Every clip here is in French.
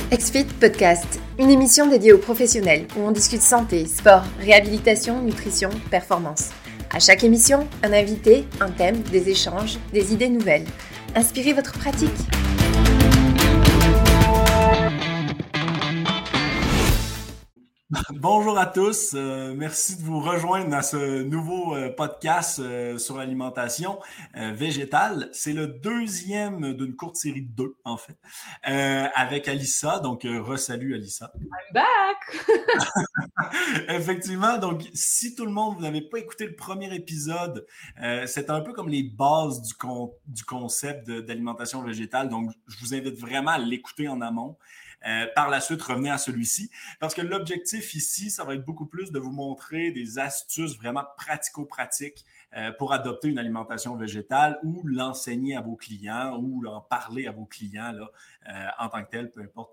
XFIT Podcast, une émission dédiée aux professionnels où on discute santé, sport, réhabilitation, nutrition, performance. À chaque émission, un invité, un thème, des échanges, des idées nouvelles. Inspirez votre pratique. Bonjour à tous, merci de vous rejoindre dans ce nouveau podcast sur l'alimentation végétale. C'est le deuxième d'une courte série de deux, en fait, avec Alissa. Donc, re-salut Alissa. I'm back! Effectivement, donc si tout le monde, vous n'avez pas écouté le premier épisode, c'est un peu comme les bases du concept d'alimentation végétale. Donc, je vous invite vraiment à l'écouter en amont. Par la suite, revenez à celui-ci. Parce que l'objectif ici, ça va être beaucoup plus de vous montrer des astuces vraiment pratico-pratiques pour adopter une alimentation végétale ou l'enseigner à vos clients ou en parler à vos clients là, en tant que tel, peu importe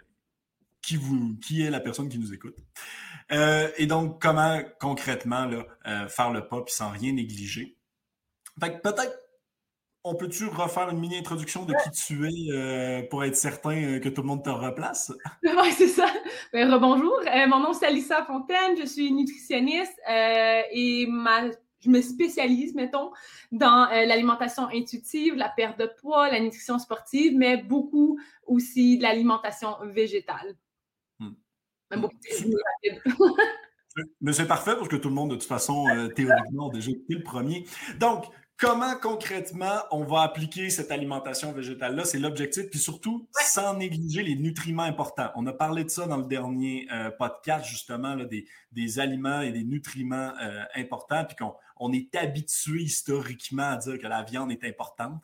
qui est la personne qui nous écoute. Et donc, comment concrètement là, faire le pas puis sans rien négliger. Fait que peut-être on peut-tu refaire une mini-introduction de qui tu es pour être certain que tout le monde te replace? Oui, c'est ça. Rebonjour. Mon nom, c'est Alissa Fontaine. Je suis nutritionniste et je me spécialise, mettons, dans l'alimentation intuitive, la perte de poids, la nutrition sportive, mais beaucoup aussi de l'alimentation végétale. Même beaucoup de rapide. Mais c'est parfait parce que tout le monde, de toute façon, théoriquement, a déjà écouté le premier. Donc, comment concrètement on va appliquer cette alimentation végétale-là? C'est l'objectif, puis surtout, sans négliger les nutriments importants. On a parlé de ça dans le dernier podcast, justement, là, des aliments et des nutriments importants, puis qu'on est habitué historiquement à dire que la viande est importante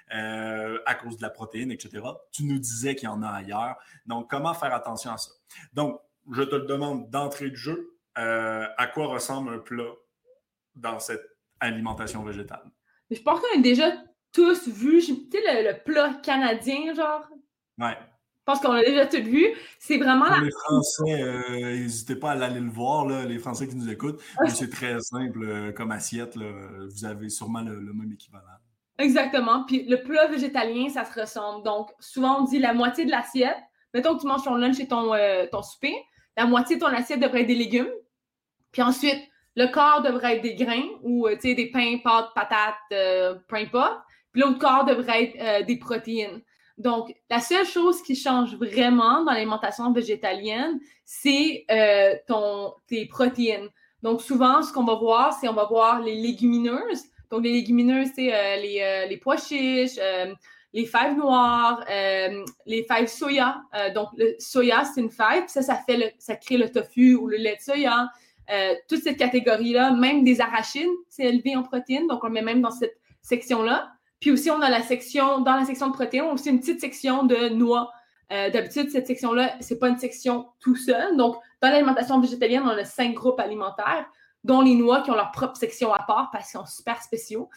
à cause de la protéine, etc. Tu nous disais qu'il y en a ailleurs. Donc, comment faire attention à ça? Donc, je te le demande d'entrée de jeu. À quoi ressemble un plat dans cette alimentation végétale? Je pense qu'on a déjà tous vu, tu sais, le plat canadien, genre. Ouais. Je pense qu'on l'a déjà tous vu. C'est vraiment pour les Français, n'hésitez pas à aller le voir, là, les Français qui nous écoutent. Mais c'est très simple comme assiette. Là, vous avez sûrement le même équivalent. Exactement. Puis le plat végétalien, ça se ressemble. Donc, souvent, on dit la moitié de l'assiette. Mettons que tu manges ton lunch et ton souper. La moitié de ton assiette devrait être des légumes. Puis ensuite, le quart devrait être des grains ou des pains, pâtes, patates, peu importe. Puis l'autre quart devrait être des protéines. Donc, la seule chose qui change vraiment dans l'alimentation végétalienne, c'est tes protéines. Donc, souvent, ce qu'on va voir, c'est on va voir les légumineuses. Donc, les légumineuses, c'est les pois chiches, les fèves noires, les fèves soya. Donc, le soya, c'est une fève. Ça crée le tofu ou le lait de soya. Toute cette catégorie-là, même des arachides, c'est élevé en protéines. Donc, on le met même dans cette section-là. Puis aussi, on a dans la section de protéines, on a aussi une petite section de noix. D'habitude, cette section-là, c'est pas une section tout seul. Donc, dans l'alimentation végétalienne, on a 5 groupes alimentaires, dont les noix qui ont leur propre section à part parce qu'ils sont super spéciaux.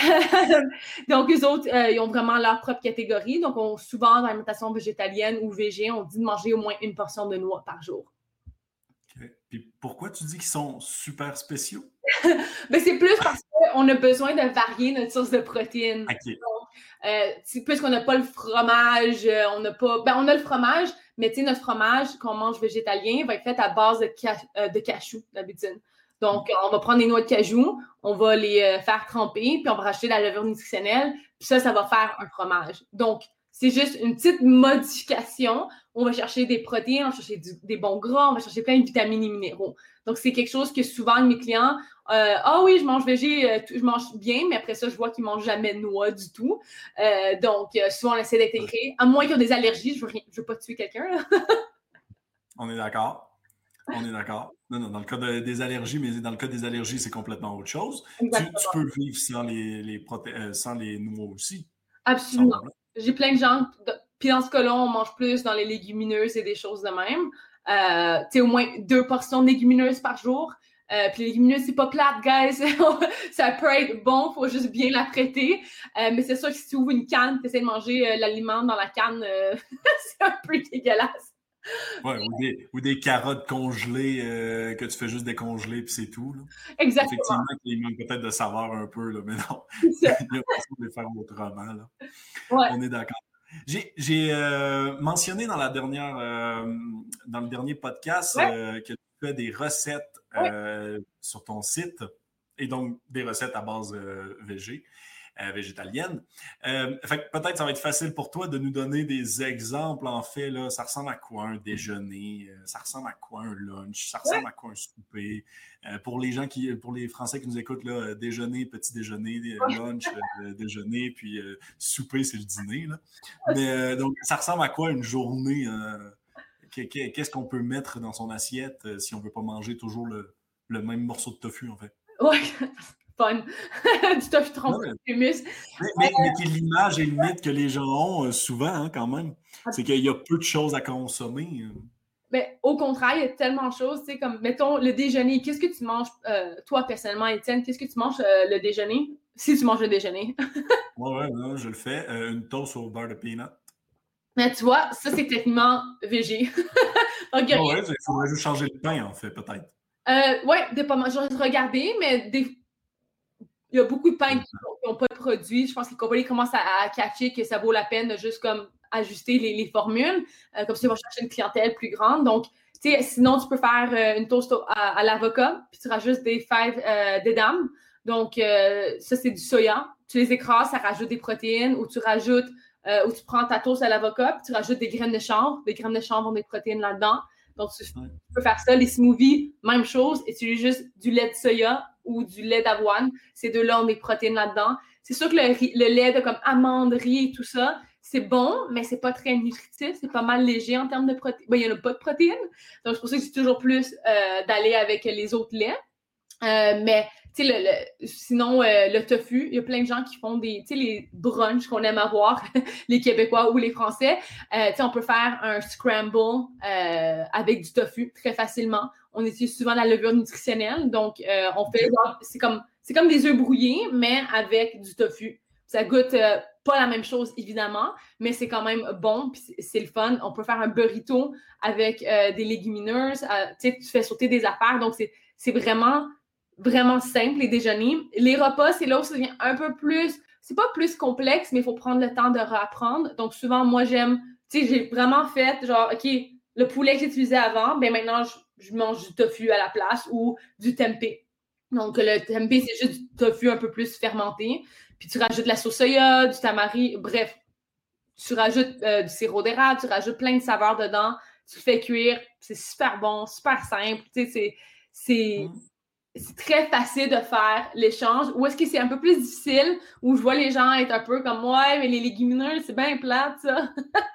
Donc, eux autres, ils ont vraiment leur propre catégorie. Donc, souvent, dans l'alimentation végétalienne ou végé, on dit de manger au moins une portion de noix par jour. Okay. Puis pourquoi tu dis qu'ils sont super spéciaux? Ben, c'est plus parce qu'on a besoin de varier notre source de protéines. Okay. Donc, puisqu'on n'a pas le fromage, on a le fromage, mais tu sais, notre fromage qu'on mange végétalien va être fait à base de cachou, d'habitude. Donc, on va prendre des noix de cajou, on va les faire tremper, puis on va rajouter la levure nutritionnelle, puis ça va faire un fromage. Donc, c'est juste une petite modification. On va chercher des protéines, on va chercher des bons gras, on va chercher plein de vitamines et minéraux. Donc, c'est quelque chose que souvent mes clients, oui, je mange végé, je mange bien, mais après ça, je vois qu'ils ne mangent jamais de noix du tout. Donc, souvent, on essaie d'intégrer, à moins qu'ils aient des allergies, je ne veux pas tuer quelqu'un. On est d'accord. On est d'accord. Non, dans le cas des allergies, mais dans le cas des allergies, c'est complètement autre chose. Tu peux vivre sans les noix aussi. Absolument. J'ai plein de gens, puis dans ce cas-là, on mange plus dans les légumineuses et des choses de même. Tu sais, au moins 2 portions de légumineuses par jour. Puis les légumineuses, c'est pas plate, guys. Ça peut être bon, faut juste bien la traiter. Mais c'est sûr que si tu ouvres une canne, tu essaies de manger l'aliment dans la canne, c'est un peu dégueulasse. Ouais, ou des carottes congelées que tu fais juste décongeler puis c'est tout. Là. Exactement. Effectivement, il manque peut-être de savoir un peu, là, mais non. Il y a façon de les faire autrement. Là. Ouais. On est d'accord. J'ai mentionné dans dans le dernier podcast que tu fais des recettes sur ton site et donc des recettes à base végétalienne. Fait que peut-être ça va être facile pour toi de nous donner des exemples. En fait, là, ça ressemble à quoi un déjeuner? Ça ressemble à quoi un lunch? Ça ressemble à quoi un souper? Pour les Français qui nous écoutent, là, déjeuner, petit déjeuner, lunch, déjeuner, puis souper, c'est le dîner. Là. Mais donc, ça ressemble à quoi une journée? Qu'est-ce qu'on peut mettre dans son assiette si on ne veut pas manger toujours le même morceau de tofu, en fait? Ouais, fun. Du tofu trempé de humus. Mais qui est l'image et le mythe que les gens ont souvent, hein, quand même. C'est qu'il y a peu de choses à consommer. Mais au contraire, il y a tellement de choses. Tu sais, comme, mettons, le déjeuner. Qu'est-ce que tu manges, toi, personnellement, Étienne? Qu'est-ce que tu manges le déjeuner? Si tu manges le déjeuner. Ouais, je le fais. Une toast au beurre de peanut. Mais tu vois, ça, c'est techniquement végé. Donc, il faudrait juste changer le pain, en fait, peut-être. Oui, je regardé, mais il y a beaucoup de pains qui n'ont pas de produits. Je pense que les compagnies commencent à catcher que ça vaut la peine de juste comme ajuster les formules, comme si on va chercher une clientèle plus grande. Donc, tu sais, sinon, tu peux faire une toast à l'avocat, puis tu rajoutes des fèves d'edam. Donc, ça, c'est du soya. Tu les écrases, ça rajoute des protéines, ou tu rajoutes, ou tu prends ta toast à l'avocat, puis tu rajoutes des graines de chanvre. Les graines de chanvre ont des protéines là-dedans. Donc, tu peux faire ça. Les smoothies, même chose. Utilise juste du lait de soya ou du lait d'avoine. Ces deux-là ont des protéines là-dedans. C'est sûr que le lait de comme amande, riz et tout ça, c'est bon, mais c'est pas très nutritif. C'est pas mal léger en termes de protéines. Ben, il n'y en a pas de protéines. Donc, c'est pour ça que c'est toujours plus d'aller avec les autres laits. Mais tu sais, sinon, le tofu, il y a plein de gens qui font les brunchs qu'on aime avoir, les Québécois ou les Français. Tu sais, on peut faire un scramble avec du tofu très facilement. On utilise souvent la levure nutritionnelle. Donc, on fait c'est comme des œufs brouillés, mais avec du tofu. Ça goûte pas la même chose, évidemment, mais c'est quand même bon, puis c'est le fun. On peut faire un burrito avec des légumineuses. Tu sais, tu fais sauter des affaires. Donc, c'est vraiment simple, les déjeuners. Les repas, c'est là où ça devient un peu plus, c'est pas plus complexe, mais il faut prendre le temps de réapprendre. Donc, souvent, moi, j'aime, tu sais, j'ai vraiment fait, genre, OK, le poulet que j'utilisais avant, ben maintenant, je mange du tofu à la place ou du tempeh. Donc, le tempeh, c'est juste du tofu un peu plus fermenté. Puis, tu rajoutes de la sauce soya, du tamari, bref, tu rajoutes du sirop d'érable, tu rajoutes plein de saveurs dedans, tu le fais cuire, c'est super bon, super simple, tu sais, c'est très facile de faire l'échange. Ou est-ce que c'est un peu plus difficile, où je vois les gens être un peu comme, ouais, mais les légumineuses, c'est bien plate, ça.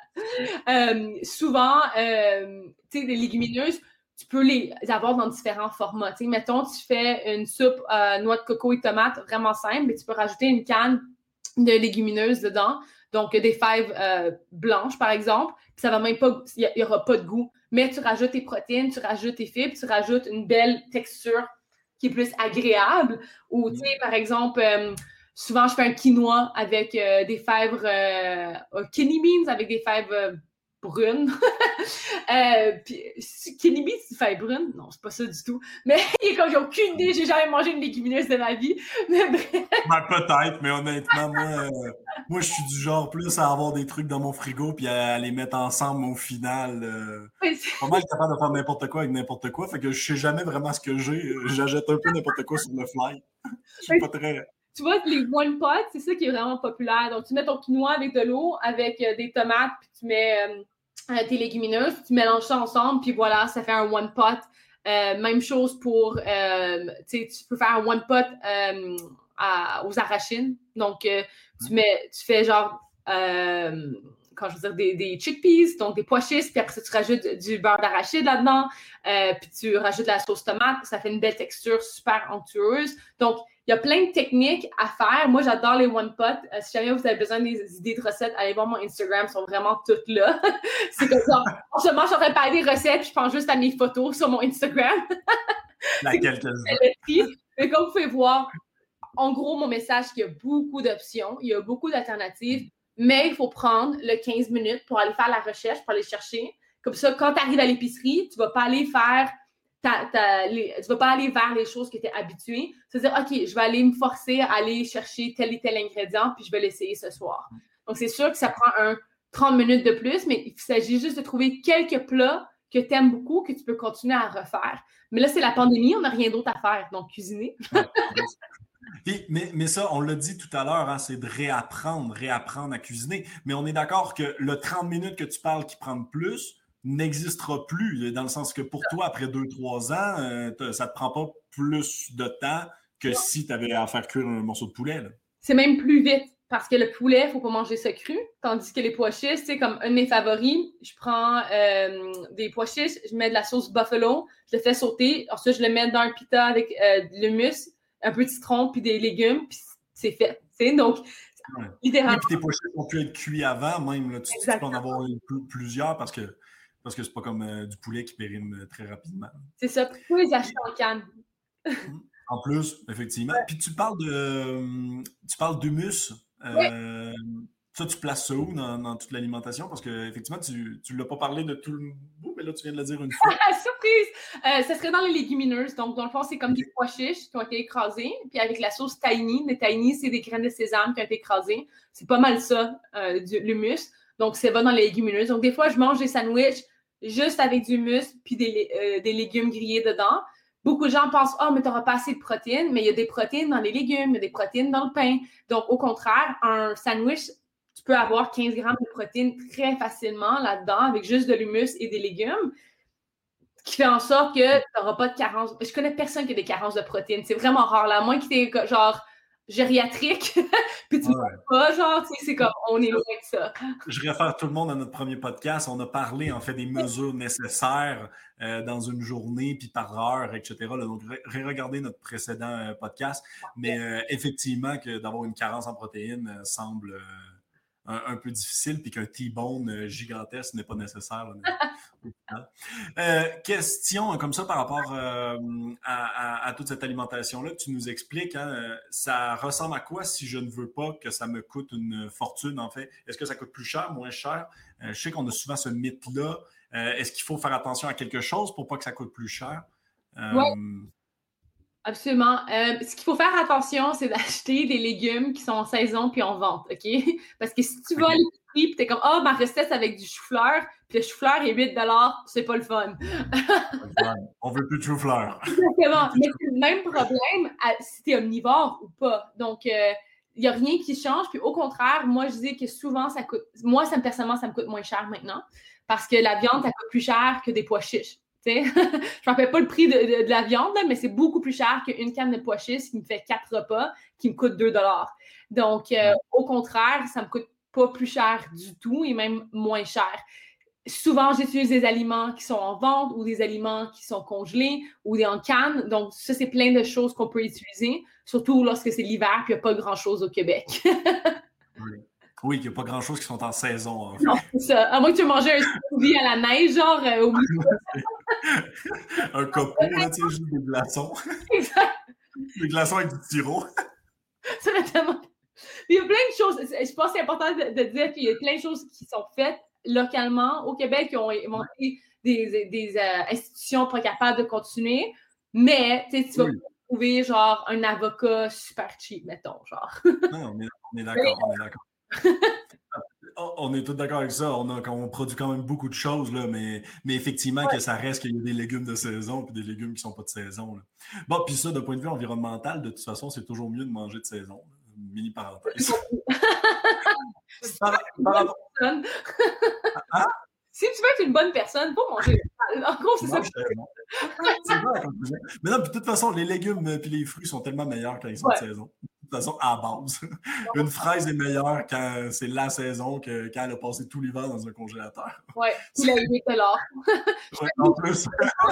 Souvent, tu sais, les légumineuses, tu peux les avoir dans différents formats. Tu sais, mettons, tu fais une soupe noix de coco et tomates, vraiment simple, mais tu peux rajouter une canne de légumineuses dedans. Donc, des fèves blanches, par exemple. Puis ça va même pas, il y aura pas de goût. Mais tu rajoutes tes protéines, tu rajoutes tes fibres, tu rajoutes une belle texture qui est plus agréable. Ou, tu sais, par exemple, souvent, je fais un quinoa avec des fèves kidney beans, avec des fèves brunes. Puis, kidney beans, c'est fèves brunes? Non, c'est pas ça du tout. Mais quand j'ai aucune idée, j'ai jamais mangé une légumineuse de ma vie. Mais bref. Ben, peut-être, mais honnêtement, moi, je suis du genre plus à avoir des trucs dans mon frigo puis à les mettre ensemble au final. Pas mal capable de faire n'importe quoi avec n'importe quoi. Fait que je sais jamais vraiment ce que j'ai. J'achète un peu n'importe quoi sur le fly. Je suis pas très... Tu vois, les one pot, c'est ça qui est vraiment populaire. Donc, tu mets ton quinoa avec de l'eau, avec des tomates, puis tu mets tes légumineuses, tu mélanges ça ensemble, puis voilà, ça fait un one pot. Même chose pour, tu sais, tu peux faire un one pot aux arachides. Donc, tu fais genre, quand je veux dire, des chickpeas, donc des pois chiches, puis après ça, tu rajoutes du beurre d'arachide là-dedans, puis tu rajoutes de la sauce tomate, ça fait une belle texture super onctueuse. Donc, il y a plein de techniques à faire. Moi, j'adore les one pot. Si jamais vous avez besoin des idées de recettes, allez voir mon Instagram, ils sont vraiment toutes là. C'est comme ça. En ce moment, je suis en train de parler des recettes, puis je pense juste à mes photos sur mon Instagram. Laquelle que Mais comme vous pouvez voir, en gros, mon message, c'est qu'il y a beaucoup d'options, il y a beaucoup d'alternatives, mais il faut prendre le 15 minutes pour aller faire la recherche, pour aller chercher. Comme ça, quand tu arrives à l'épicerie, tu ne vas pas aller faire tu vas pas aller vers les choses que tu es habitué. C'est-à-dire, OK, je vais aller me forcer à aller chercher tel et tel ingrédient, puis je vais l'essayer ce soir. Donc, c'est sûr que ça prend un 30 minutes de plus, mais il s'agit juste de trouver quelques plats que tu aimes beaucoup, que tu peux continuer à refaire. Mais là, c'est la pandémie, on n'a rien d'autre à faire, donc cuisiner. Mais ça, on l'a dit tout à l'heure, hein, c'est de réapprendre à cuisiner. Mais on est d'accord que le 30 minutes que tu parles qui prend plus n'existera plus, dans le sens que pour toi, après 2-3 ans, ça ne te prend pas plus de temps que si tu avais à faire cuire un morceau de poulet. Là. C'est même plus vite, parce que le poulet, il ne faut pas manger ça cru, tandis que les pois chiches, c'est comme un de mes favoris, je prends des pois chiches, je mets de la sauce buffalo, je le fais sauter, ensuite je le mets dans un pita avec de l'hummus, un peu de citron, puis des légumes, puis c'est fait. T'sais? Donc, littéralement. Oui, puis tes pois chiches ont pu être cuits avant, même. Là, tu peux en avoir plusieurs parce que c'est pas comme du poulet qui périme très rapidement. C'est ça, tu peux les acheter en canne. En plus, effectivement. Puis tu parles d'humus. Oui. Ça, tu places ça où dans toute l'alimentation? Parce qu'effectivement, tu ne l'as pas parlé de tout le bout, mais là, tu viens de le dire une fois. Surprise! Ça serait dans les légumineuses. Donc, dans le fond, c'est comme des pois chiches qui ont été écrasés. Puis avec la sauce tahini. Les tahini, c'est des graines de sésame qui ont été écrasées. C'est pas mal ça, l'humus. Donc, c'est va dans les légumineuses. Donc, des fois, je mange des sandwichs juste avec du humus puis des légumes grillés dedans. Beaucoup de gens pensent « Ah, mais tu n'auras pas assez de protéines. » Mais il y a des protéines dans les légumes, il y a des protéines dans le pain. Donc, au contraire, un sandwich, tu peux avoir 15 grammes de protéines très facilement là-dedans avec juste de l'humus et des légumes, qui fait en sorte que tu n'auras pas de carence. Je connais personne qui a des carences de protéines. C'est vraiment rare. Là, à moins que tu es genre gériatrique, puis tu ne manges pas, genre, tu sais, c'est comme, on est loin de ça. Je réfère tout le monde à notre premier podcast. On a parlé, en fait, des mesures nécessaires dans une journée, puis par heure, etc. Là, donc, regardez notre précédent podcast. Mais effectivement, que d'avoir une carence en protéines semble un peu difficile, puis qu'un T-bone gigantesque n'est pas nécessaire. Question comme ça par rapport à toute cette alimentation-là que tu nous expliques. Hein, ça ressemble à quoi si je ne veux pas que ça me coûte une fortune, en fait? Est-ce que ça coûte plus cher, moins cher? Je sais qu'on a souvent ce mythe-là. Est-ce qu'il faut faire attention à quelque chose pour pas que ça coûte plus cher? Oui. Absolument. Ce qu'il faut faire attention, c'est d'acheter des légumes qui sont en saison puis en vente, OK? Parce que si tu vas à l'épicerie puis t'es comme « Ah, ma recette, c'est avec du chou-fleur, puis le chou-fleur est 8 $, c'est pas le fun. » On veut plus de chou-fleur. Exactement. Mais c'est le même problème si t'es omnivore ou pas. Donc, il n'y a rien qui change. Puis au contraire, moi, je dis que souvent, ça coûte... Moi, personnellement, ça me coûte moins cher maintenant parce que la viande, ça coûte plus cher que des pois chiches. Je ne me rappelle pas le prix de la viande, là, mais c'est beaucoup plus cher qu'une canne de pois chiches qui me fait 4 repas, qui me coûte 2 $. Donc, au contraire, ça ne me coûte pas plus cher du tout et même moins cher. Souvent, j'utilise des aliments qui sont en vente ou des aliments qui sont congelés ou des en canne. Donc, ça, c'est plein de choses qu'on peut utiliser, surtout lorsque c'est l'hiver et qu'il n'y a pas grand-chose au Québec. Oui, il n'y a pas grand-chose qui sont en saison. En fait. Non, c'est ça. À moins que tu manges un smoothie à la neige, genre au milieu. Un copeau, là, tu sais, juste des glaçons. Exact. Des glaçons avec du sirop. Ça va tellement... Il y a plein de choses. Je pense que c'est important de dire qu'il y a plein de choses qui sont faites localement au Québec qui ont inventé des institutions pas capables de continuer. Mais tu vas pas trouver genre un avocat super cheap, mettons, genre. Non, on est d'accord, on est d'accord. On est tous d'accord avec ça. On produit quand même beaucoup de choses, là, mais effectivement, que ça reste qu'il y a des légumes de saison et des légumes qui ne sont pas de saison. Là. Bon, puis ça, d'un point de vue environnemental, de toute façon, c'est toujours mieux de manger de saison. Une mini parenthèse. Si tu veux être une bonne personne, faut manger. En gros, c'est ça. C'est vrai la conclusion. Mais non, puis de toute façon, les légumes et les fruits sont tellement meilleurs quand ils sont de saison. De toute façon, à la base. Une fraise est meilleure quand c'est la saison que quand elle a passé tout l'hiver dans un congélateur. Ouais, il a 8 $. Ouais, en plus.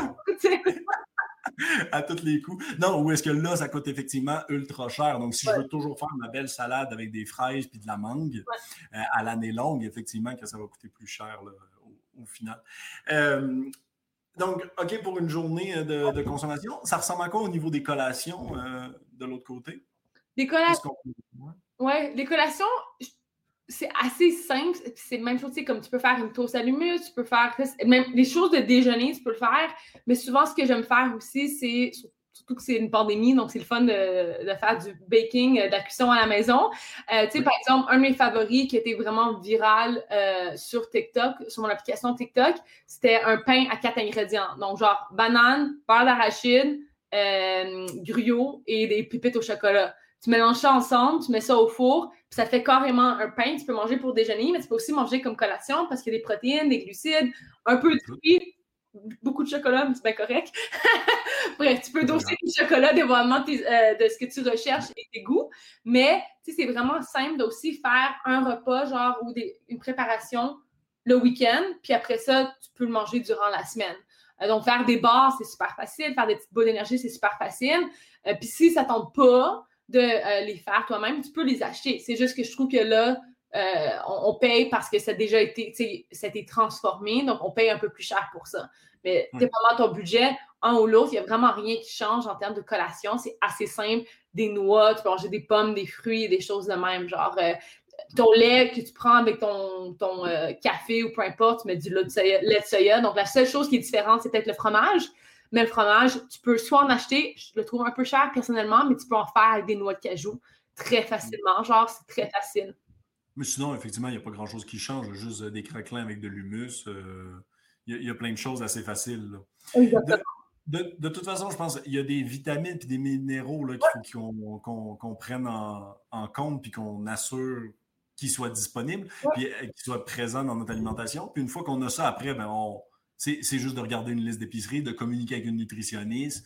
À tous les coups. Non, ou est-ce que là, ça coûte effectivement ultra cher. Donc, si je veux toujours faire ma belle salade avec des fraises puis de la mangue à l'année longue, effectivement, que ça va coûter plus cher là, au final. Donc, OK, pour une journée de consommation, ça ressemble à quoi au niveau des collations de l'autre côté? Les collations, les collations, c'est assez simple. C'est la même chose, tu sais, comme tu peux faire une toast à l'humus, tu peux faire même les choses de déjeuner, tu peux le faire. Mais souvent, ce que j'aime faire aussi, c'est surtout que c'est une pandémie, donc c'est le fun de faire du baking, de la cuisson à la maison. Tu sais, par exemple, un de mes favoris qui était vraiment viral sur TikTok, sur mon application TikTok, c'était un pain à 4 ingrédients. Donc, genre banane, beurre d'arachide, gruyot et des pépites au chocolat. Tu mélanges ça ensemble, tu mets ça au four, puis ça fait carrément un pain. Tu peux manger pour déjeuner, mais tu peux aussi manger comme collation parce qu'il y a des protéines, des glucides, un peu de fruits, beaucoup de chocolat, mais c'est bien correct. Bref, tu peux doser du chocolat dépendamment de ce que tu recherches et tes goûts. Mais, tu sais, c'est vraiment simple d'aussi faire un repas, genre, ou une préparation le week-end, puis après ça, tu peux le manger durant la semaine. Donc, faire des bars, c'est super facile. Faire des petites boules d'énergie, c'est super facile. Puis si ça ne tente pas de les faire toi-même, tu peux les acheter. C'est juste que je trouve que là, on paye parce que ça a déjà été, tu sais, ça a été transformé, donc on paye un peu plus cher pour ça. Mais dépendamment de ton budget, un ou l'autre, il n'y a vraiment rien qui change en termes de collation. C'est assez simple. Des noix, tu peux manger des pommes, des fruits, des choses de même. Genre, ton lait que tu prends avec ton café ou peu importe, tu mets du lait de soya. Donc, la seule chose qui est différente, c'est peut-être le fromage. Mais le fromage, tu peux soit en acheter, je le trouve un peu cher personnellement, mais tu peux en faire avec des noix de cajou très facilement. Genre, c'est très facile. Mais sinon, effectivement, il n'y a pas grand-chose qui change. Juste des craquelins avec de l'humus. Il y a plein de choses assez faciles. Exactement. De toute façon, je pense qu'il y a des vitamines et des minéraux là, qu'il faut qu'on prenne en compte puis qu'on assure qu'ils soient disponibles puis qu'ils soient présents dans notre alimentation. Puis une fois qu'on a ça, après, c'est juste de regarder une liste d'épicerie, de communiquer avec une nutritionniste,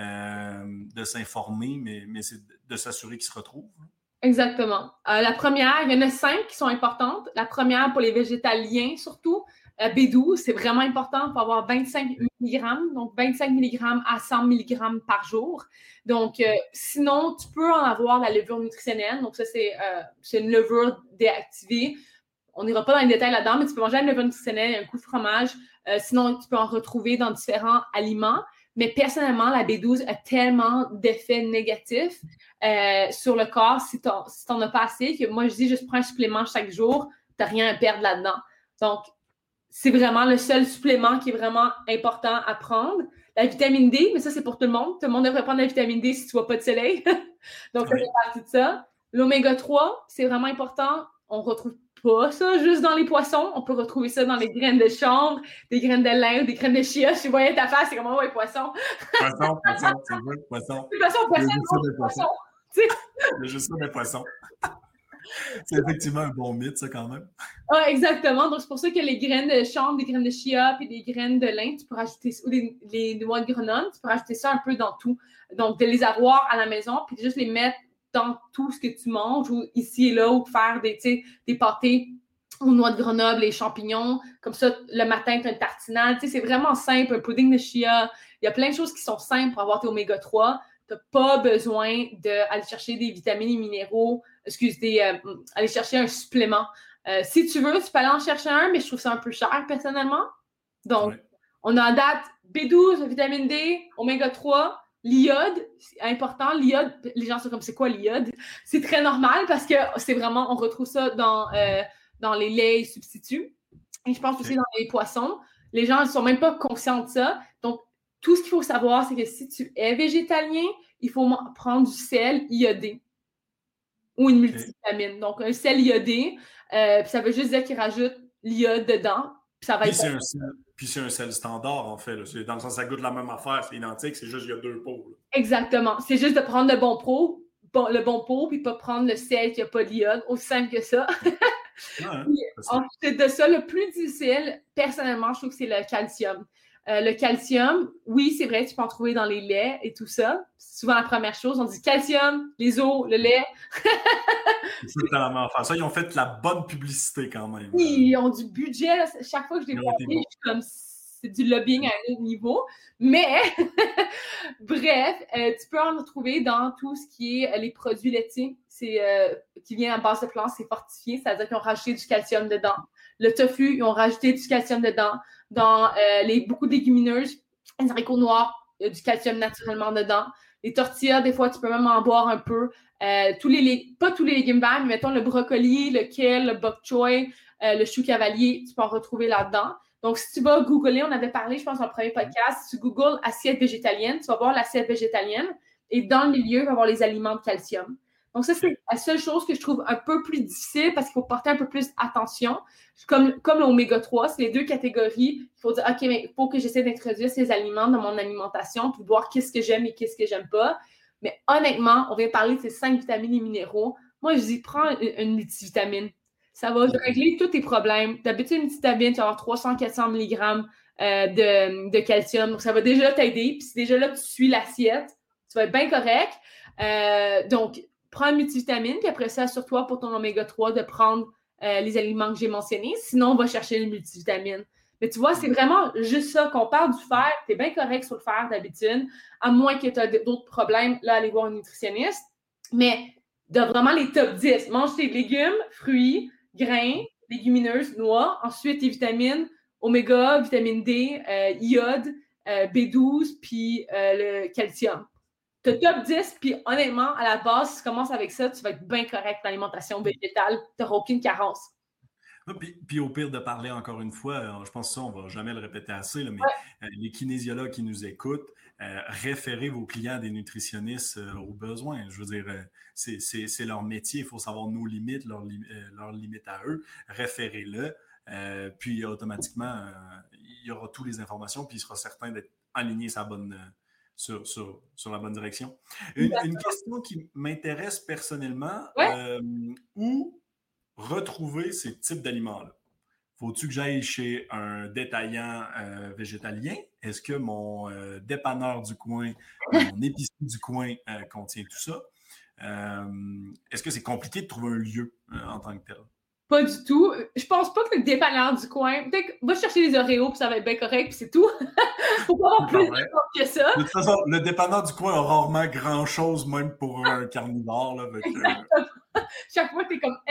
de s'informer, mais c'est de s'assurer qu'ils se retrouvent. Exactement. La première, il y en a 5 qui sont importantes. La première, pour les végétaliens surtout, B12, c'est vraiment important. Il faut avoir 25 mg, donc 25 mg à 100 mg par jour. Donc, sinon, tu peux en avoir la levure nutritionnelle. Donc, ça, c'est une levure déactivée. On n'ira pas dans les détails là-dedans, mais tu peux manger une levure nutritionnelle, un coup de fromage. Sinon, tu peux en retrouver dans différents aliments. Mais personnellement, la B12 a tellement d'effets négatifs sur le corps si tu n'en as pas assez que moi, je dis juste prends un supplément chaque jour, tu n'as rien à perdre là-dedans. Donc, c'est vraiment le seul supplément qui est vraiment important à prendre. La vitamine D, mais ça, c'est pour tout le monde. Tout le monde devrait prendre la vitamine D si tu ne vois pas de soleil. Donc, ça fait partie de ça. L'oméga 3, c'est vraiment important. On retrouve pas ça juste dans les poissons. On peut retrouver ça dans les graines de chanvre, des graines de lin ou des graines de chia. Si tu voyais ta face, c'est comme, ouais, poisson. Poisson, c'est vrai, poisson. Poisson. Le juste ça des poissons. C'est effectivement un bon mythe, ça, quand même. Ah, exactement. Donc, c'est pour ça que les graines de chanvre, des graines de chia puis des graines de lin, tu peux rajouter ça, ou les noix de Grenoble, tu peux rajouter ça un peu dans tout. Donc, de les avoir à la maison puis de juste les mettre dans tout ce que tu manges ou ici et là ou faire des pâtés aux noix de Grenoble, les champignons. Comme ça, le matin, tu as une tartinade. C'est vraiment simple. Un pudding de chia. Il y a plein de choses qui sont simples pour avoir tes oméga 3. Tu n'as pas besoin d'aller chercher des vitamines et minéraux. Aller chercher un supplément. Si tu veux, tu peux aller en chercher un, mais je trouve ça un peu cher personnellement. Donc, on a en date B12, vitamine D, oméga 3, l'iode, c'est important. L'iode, les gens sont comme, c'est quoi l'iode? C'est très normal parce que c'est vraiment, on retrouve ça dans les laits et substituts. Et je pense aussi dans les poissons. Les gens ne sont même pas conscients de ça. Donc, tout ce qu'il faut savoir, c'est que si tu es végétalien, il faut prendre du sel iodé ou une multivitamine. Donc, un sel iodé, puis ça veut juste dire qu'il rajoute l'iode dedans. Puis ça va être c'est un sel standard, en fait. Là. Dans le sens, ça goûte la même affaire, c'est identique, c'est juste qu'il y a 2 pots. Là. Exactement. C'est juste de prendre le bon pot, puis pas prendre le sel qui n'a pas d'iode. Aussi simple que ça. Ensuite de ça, le plus difficile, personnellement, je trouve que c'est le calcium. Le calcium, oui, c'est vrai, tu peux en trouver dans les laits et tout ça. C'est souvent la première chose. On dit calcium, les os, le lait. C'est totalement enfin. Ça, ils ont fait de la bonne publicité quand même. Ils ont du budget. Là. Chaque fois que je les vois, je suis comme c'est du lobbying à un autre niveau. Mais, bref, tu peux en retrouver dans tout ce qui est les produits laitiers. Qui vient à base de plantes, c'est fortifié. C'est-à-dire qu'ils ont rajouté du calcium dedans. Le tofu, ils ont rajouté du calcium dedans. Dans beaucoup de légumineuses, les haricots noirs, il y a du calcium naturellement dedans. Les tortillas, des fois, tu peux même en boire un peu. Pas tous les légumes verts, mais mettons le brocoli, le kale, le bok choy, le chou cavalier, tu peux en retrouver là-dedans. Donc, si tu vas googler, on avait parlé, je pense, dans le premier podcast, si tu googles assiette végétalienne, tu vas voir l'assiette végétalienne et dans le milieu, il va y avoir les aliments de calcium. Donc, ça, c'est la seule chose que je trouve un peu plus difficile parce qu'il faut porter un peu plus attention. Comme l'oméga 3, c'est les deux catégories. Il faut dire, OK, mais il faut que j'essaie d'introduire ces aliments dans mon alimentation pour voir qu'est-ce que j'aime et qu'est-ce que j'aime pas. Mais honnêtement, on vient parler de ces 5 vitamines et minéraux. Moi, je dis, prends une multivitamine. Ça va régler tous tes problèmes. D'habitude, une multivitamine, tu vas avoir 300-400 mg de calcium. Donc, ça va déjà t'aider. Puis, si déjà là, tu suis l'assiette, tu vas être bien correct. Donc, prends une multivitamine. Puis après ça, assure-toi pour ton oméga 3 de prendre les aliments que j'ai mentionnés. Sinon, on va chercher une multivitamine. Mais tu vois, c'est vraiment juste ça. Qu'on parle du fer, tu es bien correct sur le fer d'habitude, à moins que tu aies d'autres problèmes. Là, aller voir un nutritionniste. Mais de vraiment les top 10. Mange tes légumes, fruits, grains, légumineuses, noix. Ensuite, tes vitamines, oméga, vitamine D, iode, B12, puis le calcium. Tu as top 10, puis honnêtement, à la base, si tu commences avec ça, tu vas être bien correct dans l'alimentation végétale. Tu n'auras aucune carence. Puis au pire de parler encore une fois, je pense que ça, on ne va jamais le répéter assez, là, mais les kinésiologues qui nous écoutent, référez vos clients à des nutritionnistes au besoin. Je veux dire, c'est leur métier, il faut savoir nos limites, leurs limites à eux. Référez-le, puis automatiquement, il y aura toutes les informations, puis il sera certain d'être aligné sur la bonne direction. Une question qui m'intéresse personnellement, où retrouver ces types d'aliments-là? Faut-tu que j'aille chez un détaillant végétalien? Est-ce que mon dépanneur du coin, mon épicerie du coin contient tout ça? Est-ce que c'est compliqué de trouver un lieu en tant que tel? Pas du tout. Je pense pas que le dépanneur du coin, peut-être va chercher les Oreos puis ça va être bien correct puis c'est tout. Faut pas avoir plus de choses que ça. De toute façon, le dépanneur du coin a rarement grand-chose, même pour un carnivore. Là, Chaque fois, t'es comme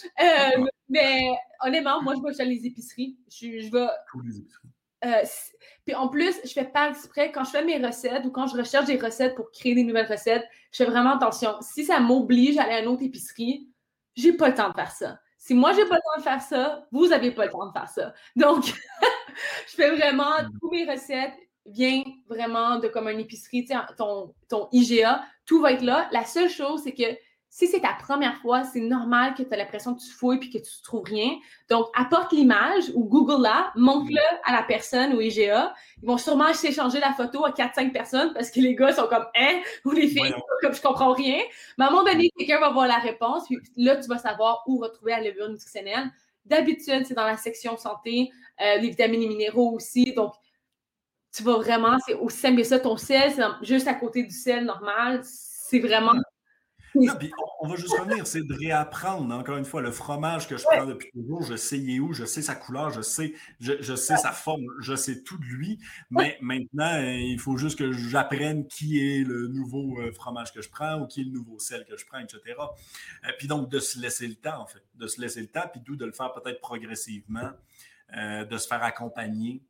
mais honnêtement, moi, je vais chez les épiceries. Je vais. Tous les épiceries. Puis en plus, je fais pas exprès. Quand je fais mes recettes ou quand je recherche des recettes pour créer des nouvelles recettes, je fais vraiment attention. Si ça m'oblige à aller à une autre épicerie, j'ai pas le temps de faire ça. Si moi, j'ai pas le temps de faire ça, vous avez pas le temps de faire ça. Donc, je fais vraiment toutes mes recettes viennent vraiment de comme une épicerie, tu sais, ton IGA, tout va être là. La seule chose, c'est que si c'est ta première fois, c'est normal que tu as l'impression que tu fouilles puis que tu ne trouves rien. Donc, apporte l'image ou Google-la, montre-le à la personne au IGA. Ils vont sûrement s'échanger la photo à 4-5 personnes parce que les gars sont comme « Hein? » ou les filles sont comme « Je comprends rien. » Mais à un moment donné, quelqu'un va voir la réponse puis là, tu vas savoir où retrouver la levure nutritionnelle. D'habitude, c'est dans la section santé, les vitamines et minéraux aussi. Donc, tu vas vraiment, c'est aussi simple que ça. Ton sel, c'est juste à côté du sel normal. C'est vraiment... Non, puis on va juste revenir, c'est de réapprendre, encore une fois, le fromage que je prends depuis toujours, je sais il est où, je sais sa couleur, je sais sa forme, je sais tout de lui, mais maintenant, il faut juste que j'apprenne qui est le nouveau fromage que je prends ou qui est le nouveau sel que je prends, etc. Puis donc, de se laisser le temps, en fait, puis d'où de le faire peut-être progressivement, de se faire accompagner.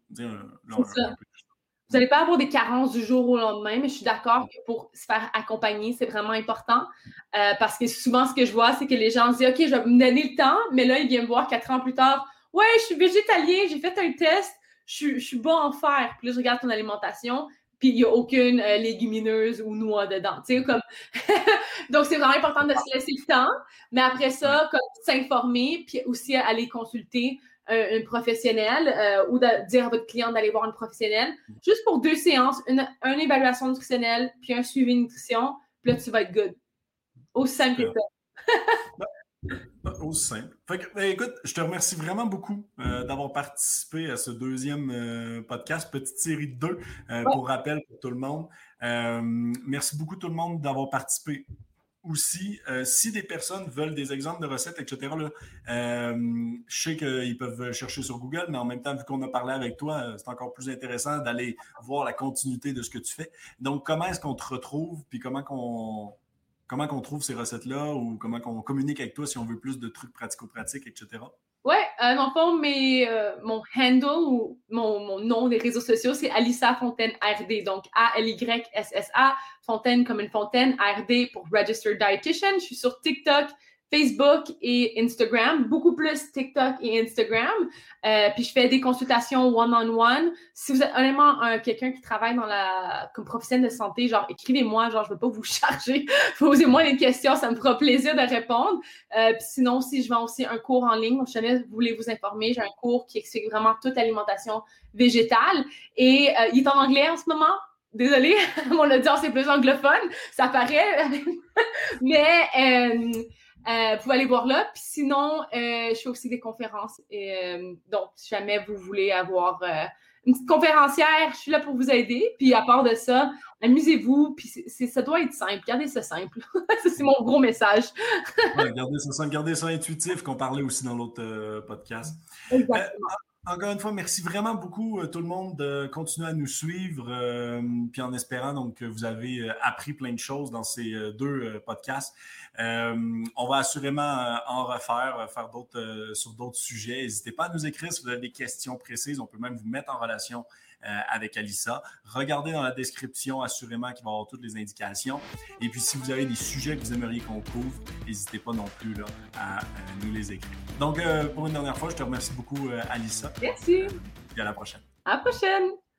Vous n'allez pas avoir des carences du jour au lendemain, mais je suis d'accord que pour se faire accompagner, c'est vraiment important. Parce que souvent, ce que je vois, c'est que les gens se disent « OK, je vais me donner le temps », mais là, ils viennent me voir 4 ans plus tard. « Ouais, je suis végétalien, j'ai fait un test, je suis bon en fer. » Puis là, je regarde ton alimentation, puis il n'y a aucune légumineuse ou noix dedans. Tu sais, comme... Donc, c'est vraiment important de se laisser le temps. Mais après ça, comme s'informer, puis aussi aller consulter un professionnel ou de dire à votre client d'aller voir une professionnelle juste pour 2 séances, une évaluation nutritionnelle puis un suivi nutrition, puis là, tu vas être good. Aussi simple que ça. Aussi simple. Fait que, écoute, je te remercie vraiment beaucoup d'avoir participé à ce deuxième podcast, petite série de 2, pour rappel pour tout le monde. Merci beaucoup tout le monde d'avoir participé. Aussi, si des personnes veulent des exemples de recettes, etc., là, je sais qu'ils peuvent chercher sur Google, mais en même temps, vu qu'on a parlé avec toi, c'est encore plus intéressant d'aller voir la continuité de ce que tu fais. Donc, comment est-ce qu'on te retrouve, puis comment qu'on trouve ces recettes-là, ou comment qu'on communique avec toi si on veut plus de trucs pratico-pratiques, etc.? Oui, dans le fond, mon handle ou mon nom des réseaux sociaux, c'est Alyssa Fontaine RD. Donc, ALYSSA, Fontaine comme une fontaine, RD pour Registered Dietitian. Je suis sur TikTok, Facebook et Instagram, beaucoup plus TikTok et Instagram. Puis je fais des consultations one-on-one. Si vous êtes honnêtement quelqu'un qui travaille comme professionnel de santé, genre écrivez-moi, genre je ne veux pas vous charger. Posez-moi des questions, ça me fera plaisir de répondre. Puis sinon, si je vends aussi un cours en ligne, donc si jamais vous voulez vous informer, j'ai un cours qui explique vraiment toute l'alimentation végétale. Et il est en anglais en ce moment. Désolée, mon audience est plus anglophone, ça paraît. Mais vous pouvez aller voir là. Puis sinon, je fais aussi des conférences. Donc, si jamais vous voulez avoir une petite conférencière, je suis là pour vous aider. Puis à part de ça, amusez-vous. Puis ça doit être simple. Gardez ça simple. Ça, c'est mon gros message. Ouais, gardez ça intuitif, qu'on parlait aussi dans l'autre podcast. Exactement. Encore une fois, merci vraiment beaucoup tout le monde de continuer à nous suivre, puis en espérant donc que vous avez appris plein de choses dans ces deux podcasts. On va assurément en refaire, faire d'autres sur d'autres sujets. N'hésitez pas à nous écrire si vous avez des questions précises. On peut même vous mettre en relation avec Alyssa. Regardez dans la description, assurément qu'il va y avoir toutes les indications. Et puis, si vous avez des sujets que vous aimeriez qu'on couvre, n'hésitez pas non plus là, à nous les écrire. Donc, pour une dernière fois, je te remercie beaucoup, Alyssa. Merci. Et à la prochaine. À la prochaine.